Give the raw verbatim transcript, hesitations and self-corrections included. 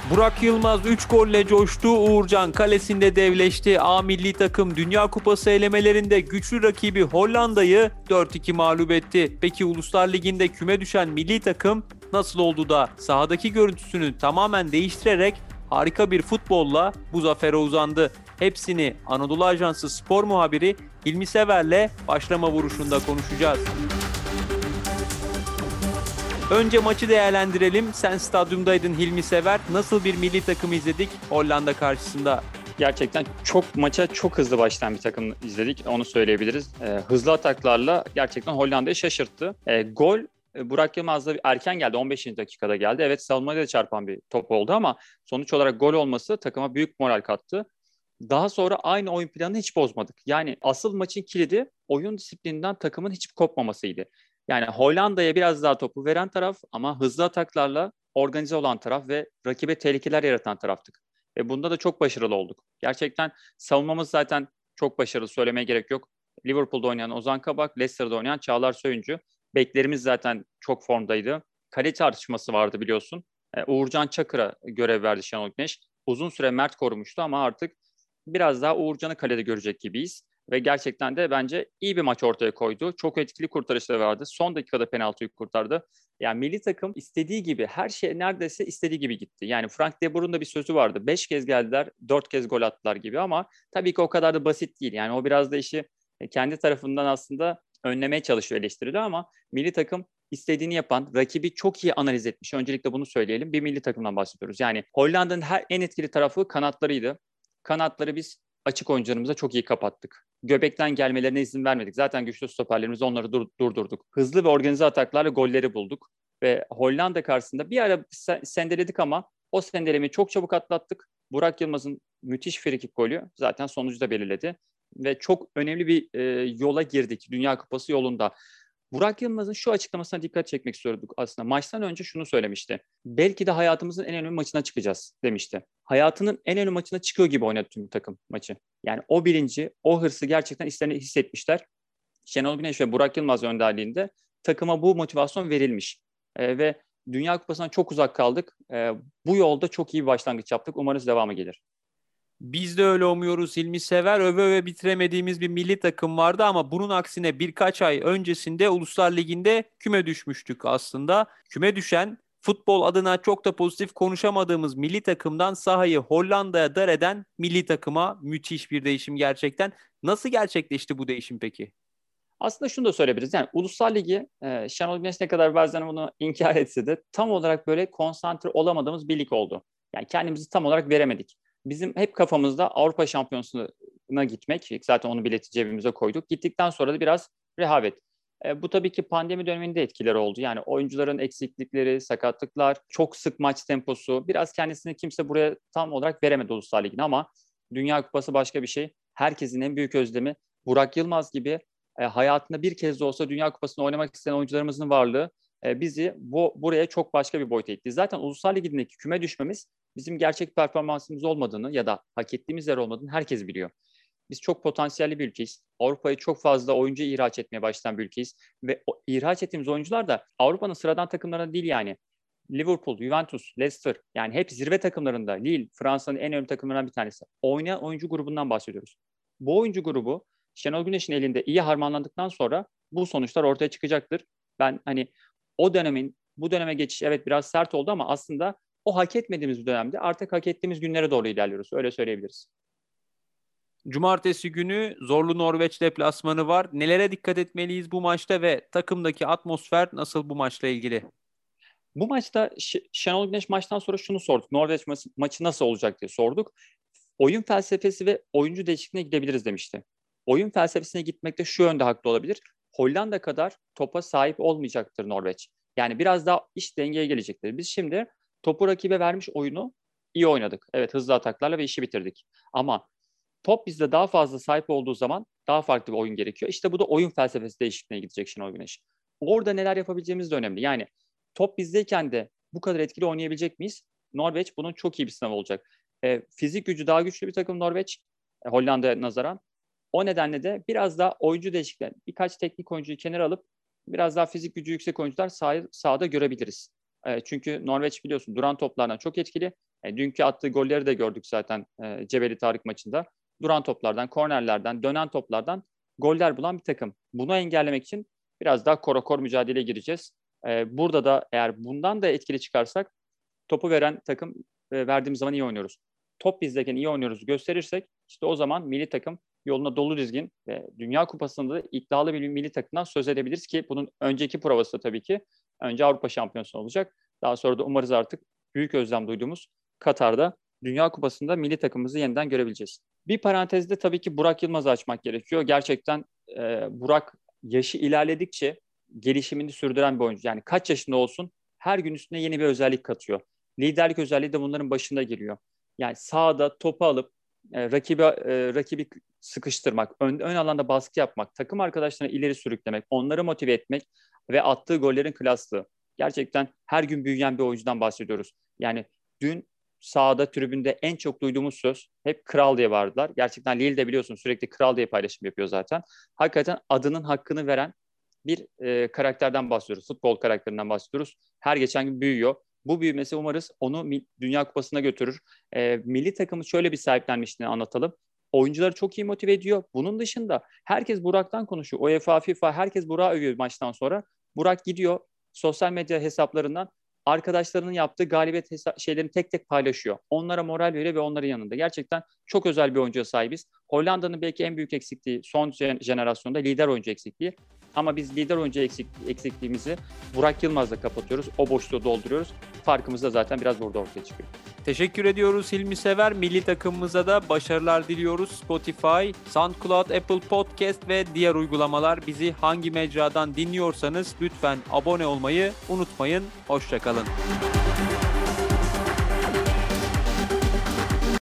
Burak Yılmaz üç golle coştu, Uğurcan kalesinde devleşti. A milli takım Dünya Kupası elemelerinde güçlü rakibi Hollanda'yı dört iki mağlup etti. Peki Uluslar Ligi'nde küme düşen milli takım nasıl oldu da sahadaki görüntüsünü tamamen değiştirerek harika bir futbolla bu zafere uzandı? Hepsini Anadolu Ajansı spor muhabiri Hilmi Sever'le başlama vuruşunda konuşacağız. Önce maçı değerlendirelim. Sen stadyumdaydın Hilmi Sever. Nasıl bir milli takım izledik Hollanda karşısında? Gerçekten çok maça çok hızlı başlayan bir takım izledik. Onu söyleyebiliriz. E, hızlı ataklarla gerçekten Hollanda'yı şaşırttı. E, gol e, Burak Yılmaz'da erken geldi. on beşinci dakikada geldi. Evet, savunmaya da çarpan bir top oldu ama sonuç olarak gol olması takıma büyük moral kattı. Daha sonra aynı oyun planını hiç bozmadık. Yani asıl maçın kilidi oyun disiplininden takımın hiç kopmamasıydı. Yani Hollanda'ya biraz daha topu veren taraf ama hızlı ataklarla organize olan taraf ve rakibe tehlikeler yaratan taraftık. Ve bunda da çok başarılı olduk. Gerçekten savunmamız zaten çok başarılı, söylemeye gerek yok. Liverpool'da oynayan Ozan Kabak, Leicester'da oynayan Çağlar Söyüncü. Beklerimiz zaten çok formdaydı. Kale tartışması vardı biliyorsun. Ee, Uğurcan Çakır'a görev verdi Şenol Güneş. Uzun süre Mert korumuştu ama artık biraz daha Uğurcan'ı kalede görecek gibiyiz. Ve gerçekten de bence iyi bir maç ortaya koydu. Çok etkili kurtarışları vardı. Son dakikada penaltıyı kurtardı. Yani milli takım istediği gibi, her şey neredeyse istediği gibi gitti. Yani Frank de Boer'un da bir sözü vardı. Beş kez geldiler, dört kez gol attılar gibi ama tabii ki o kadar da basit değil. Yani o biraz da işi kendi tarafından aslında önlemeye çalışıyor, eleştiriliyor ama milli takım istediğini yapan, rakibi çok iyi analiz etmiş. Öncelikle bunu söyleyelim. Bir milli takımdan bahsediyoruz. Yani Hollanda'nın her en etkili tarafı kanatlarıydı. Kanatları biz açık oyuncularımıza çok iyi kapattık. Göbekten gelmelerine izin vermedik. Zaten güçlü stoperlerimiz onları dur- durdurduk. Hızlı ve organize ataklarla golleri bulduk. Ve Hollanda karşısında bir ara sendeledik ama o sendelemeyi çok çabuk atlattık. Burak Yılmaz'ın müthiş frikik golü zaten sonucu da belirledi. Ve çok önemli bir e, yola girdik Dünya Kupası yolunda. Burak Yılmaz'ın şu açıklamasına dikkat çekmek istiyorduk aslında. Maçtan önce şunu söylemişti. Belki de hayatımızın en önemli maçına çıkacağız demişti. Hayatının en önemli maçına çıkıyor gibi oynadı tüm takım maçı. Yani o bilinci, o hırsı gerçekten içlerine hissetmişler. Şenol Güneş ve Burak Yılmaz önderliğinde takıma bu motivasyon verilmiş. E, ve Dünya Kupası'ndan çok uzak kaldık. E, bu yolda çok iyi bir başlangıç yaptık. Umarız devamı gelir. Biz de öyle umuyoruz Hilmi Sever. Öve öve bitiremediğimiz bir milli takım vardı ama bunun aksine birkaç ay öncesinde Uluslar Ligi'nde küme düşmüştük aslında. Küme düşen, futbol adına çok da pozitif konuşamadığımız milli takımdan sahayı Hollanda'ya dar eden milli takıma müthiş bir değişim gerçekten. Nasıl gerçekleşti bu değişim peki? Aslında şunu da söyleyebiliriz. Yani Uluslar Ligi, e, Şenol Güneş ne kadar bazen bunu inkar etse de tam olarak böyle konsantre olamadığımız bir lig oldu. Yani kendimizi tam olarak veremedik. Bizim hep kafamızda Avrupa Şampiyonası'na gitmek. Zaten onu bileti cebimize koyduk. Gittikten sonra da biraz rehavet. E, bu tabii ki pandemi döneminde etkileri oldu. Yani oyuncuların eksiklikleri, sakatlıklar, çok sık maç temposu. Biraz kendisini kimse buraya tam olarak veremedi Uluslar Ligi'ne ama Dünya Kupası başka bir şey. Herkesin en büyük özlemi Burak Yılmaz gibi e, hayatında bir kez de olsa Dünya Kupası'nda oynamak isteyen oyuncularımızın varlığı e, bizi bu buraya çok başka bir boyuta itti. Zaten Uluslar Ligi'ndeki küme düşmemiz bizim gerçek performansımız olmadığını ya da hak ettiğimiz yer olmadığını herkes biliyor. Biz çok potansiyelli bir ülkeyiz. Avrupa'ya çok fazla oyuncu ihraç etmeye başlayan bir ülkeyiz. Ve o, ihraç ettiğimiz oyuncular da Avrupa'nın sıradan takımlarına değil yani. Liverpool, Juventus, Leicester yani hep zirve takımlarında, Lille, Fransa'nın en önemli takımlarından bir tanesi. Oynayan oyuncu grubundan bahsediyoruz. Bu oyuncu grubu Şenol Güneş'in elinde iyi harmanlandıktan sonra bu sonuçlar ortaya çıkacaktır. Ben hani o dönemin bu döneme geçiş evet biraz sert oldu ama aslında o hak etmediğimiz bir dönemde artık hak ettiğimiz günlere doğru ilerliyoruz. Öyle söyleyebiliriz. Cumartesi günü zorlu Norveç deplasmanı var. Nelere dikkat etmeliyiz bu maçta ve takımdaki atmosfer nasıl bu maçla ilgili? Bu maçta Ş- Şenol Güneş maçtan sonra şunu sorduk. Norveç ma- maçı nasıl olacak diye sorduk. Oyun felsefesi ve oyuncu değişikliğine gidebiliriz demişti. Oyun felsefesine gitmekte şu yönde haklı olabilir. Hollanda kadar topa sahip olmayacaktır Norveç. Yani biraz daha iş dengeye gelecektir. Biz şimdi topu rakibe vermiş oyunu iyi oynadık. Evet, hızlı ataklarla ve işi bitirdik. Ama top bizde daha fazla sahip olduğu zaman daha farklı bir oyun gerekiyor. İşte bu da oyun felsefesi değişikliğine gidecek Şenol Güneş. Orada neler yapabileceğimiz de önemli. Yani top bizdeyken de bu kadar etkili oynayabilecek miyiz? Norveç bunun çok iyi bir sınavı olacak. E, fizik gücü daha güçlü bir takım Norveç, e, Hollanda'ya nazaran. O nedenle de biraz daha oyuncu değişikliği, birkaç teknik oyuncuyu kenara alıp biraz daha fizik gücü yüksek oyuncular sah- sahada görebiliriz. E, çünkü Norveç biliyorsun duran toplardan çok etkili. E, dünkü attığı golleri de gördük zaten e, Cebeli Tarık maçında. Duran toplardan, kornerlerden, dönen toplardan goller bulan bir takım. Bunu engellemek için biraz daha korakor mücadeleye gireceğiz. E, burada da eğer bundan da etkili çıkarsak topu veren takım e, verdiğimiz zaman iyi oynuyoruz. Top bizdeyken iyi oynuyoruz gösterirsek işte o zaman milli takım yoluna dolu dizgin ve Dünya Kupası'nda da iddialı bir milli takımdan söz edebiliriz ki bunun önceki provası da tabii ki önce Avrupa Şampiyonası olacak. Daha sonra da umarız artık büyük özlem duyduğumuz Katar'da Dünya Kupası'nda milli takımımızı yeniden görebileceğiz. Bir parantezde tabii ki Burak Yılmaz'ı açmak gerekiyor. Gerçekten e, Burak yaşı ilerledikçe gelişimini sürdüren bir oyuncu. Yani kaç yaşında olsun her gün üstüne yeni bir özellik katıyor. Liderlik özelliği de bunların başında geliyor. Yani sahada topu alıp e, rakibi e, rakibi sıkıştırmak, ön, ön alanda baskı yapmak, takım arkadaşlarını ileri sürüklemek, onları motive etmek ve attığı gollerin klaslığı. Gerçekten her gün büyüyen bir oyuncudan bahsediyoruz. Yani dün sahada, tribünde en çok duyduğumuz söz hep kral diye bağırdılar. Gerçekten Lille de biliyorsun sürekli kral diye paylaşım yapıyor zaten. Hakikaten adının hakkını veren bir e, karakterden bahsediyoruz. Futbol karakterinden bahsediyoruz. Her geçen gün büyüyor. Bu büyümesi umarız onu Dünya Kupası'na götürür. E, milli takımı şöyle bir sahiplenmişliğini anlatalım. Oyuncuları çok iyi motive ediyor. Bunun dışında herkes Burak'tan konuşuyor. UEFA, FIFA herkes Burak'ı övüyor maçtan sonra. Burak gidiyor sosyal medya hesaplarından arkadaşlarının yaptığı galibiyet hesa- şeylerini tek tek paylaşıyor. Onlara moral veriyor ve onların yanında. Gerçekten çok özel bir oyuncuya sahibiz. Hollanda'nın belki en büyük eksikliği son jenerasyonda lider oyuncu eksikliği. Ama biz lider oyuncu eksik, eksikliğimizi Burak Yılmaz'la kapatıyoruz. O boşluğu dolduruyoruz. Farkımız da zaten biraz burada ortaya çıkıyor. Teşekkür ediyoruz Hilmi Sever. Milli takımımıza da başarılar diliyoruz. Spotify, SoundCloud, Apple Podcast ve diğer uygulamalar bizi hangi mecradan dinliyorsanız lütfen abone olmayı unutmayın. Hoşça kalın.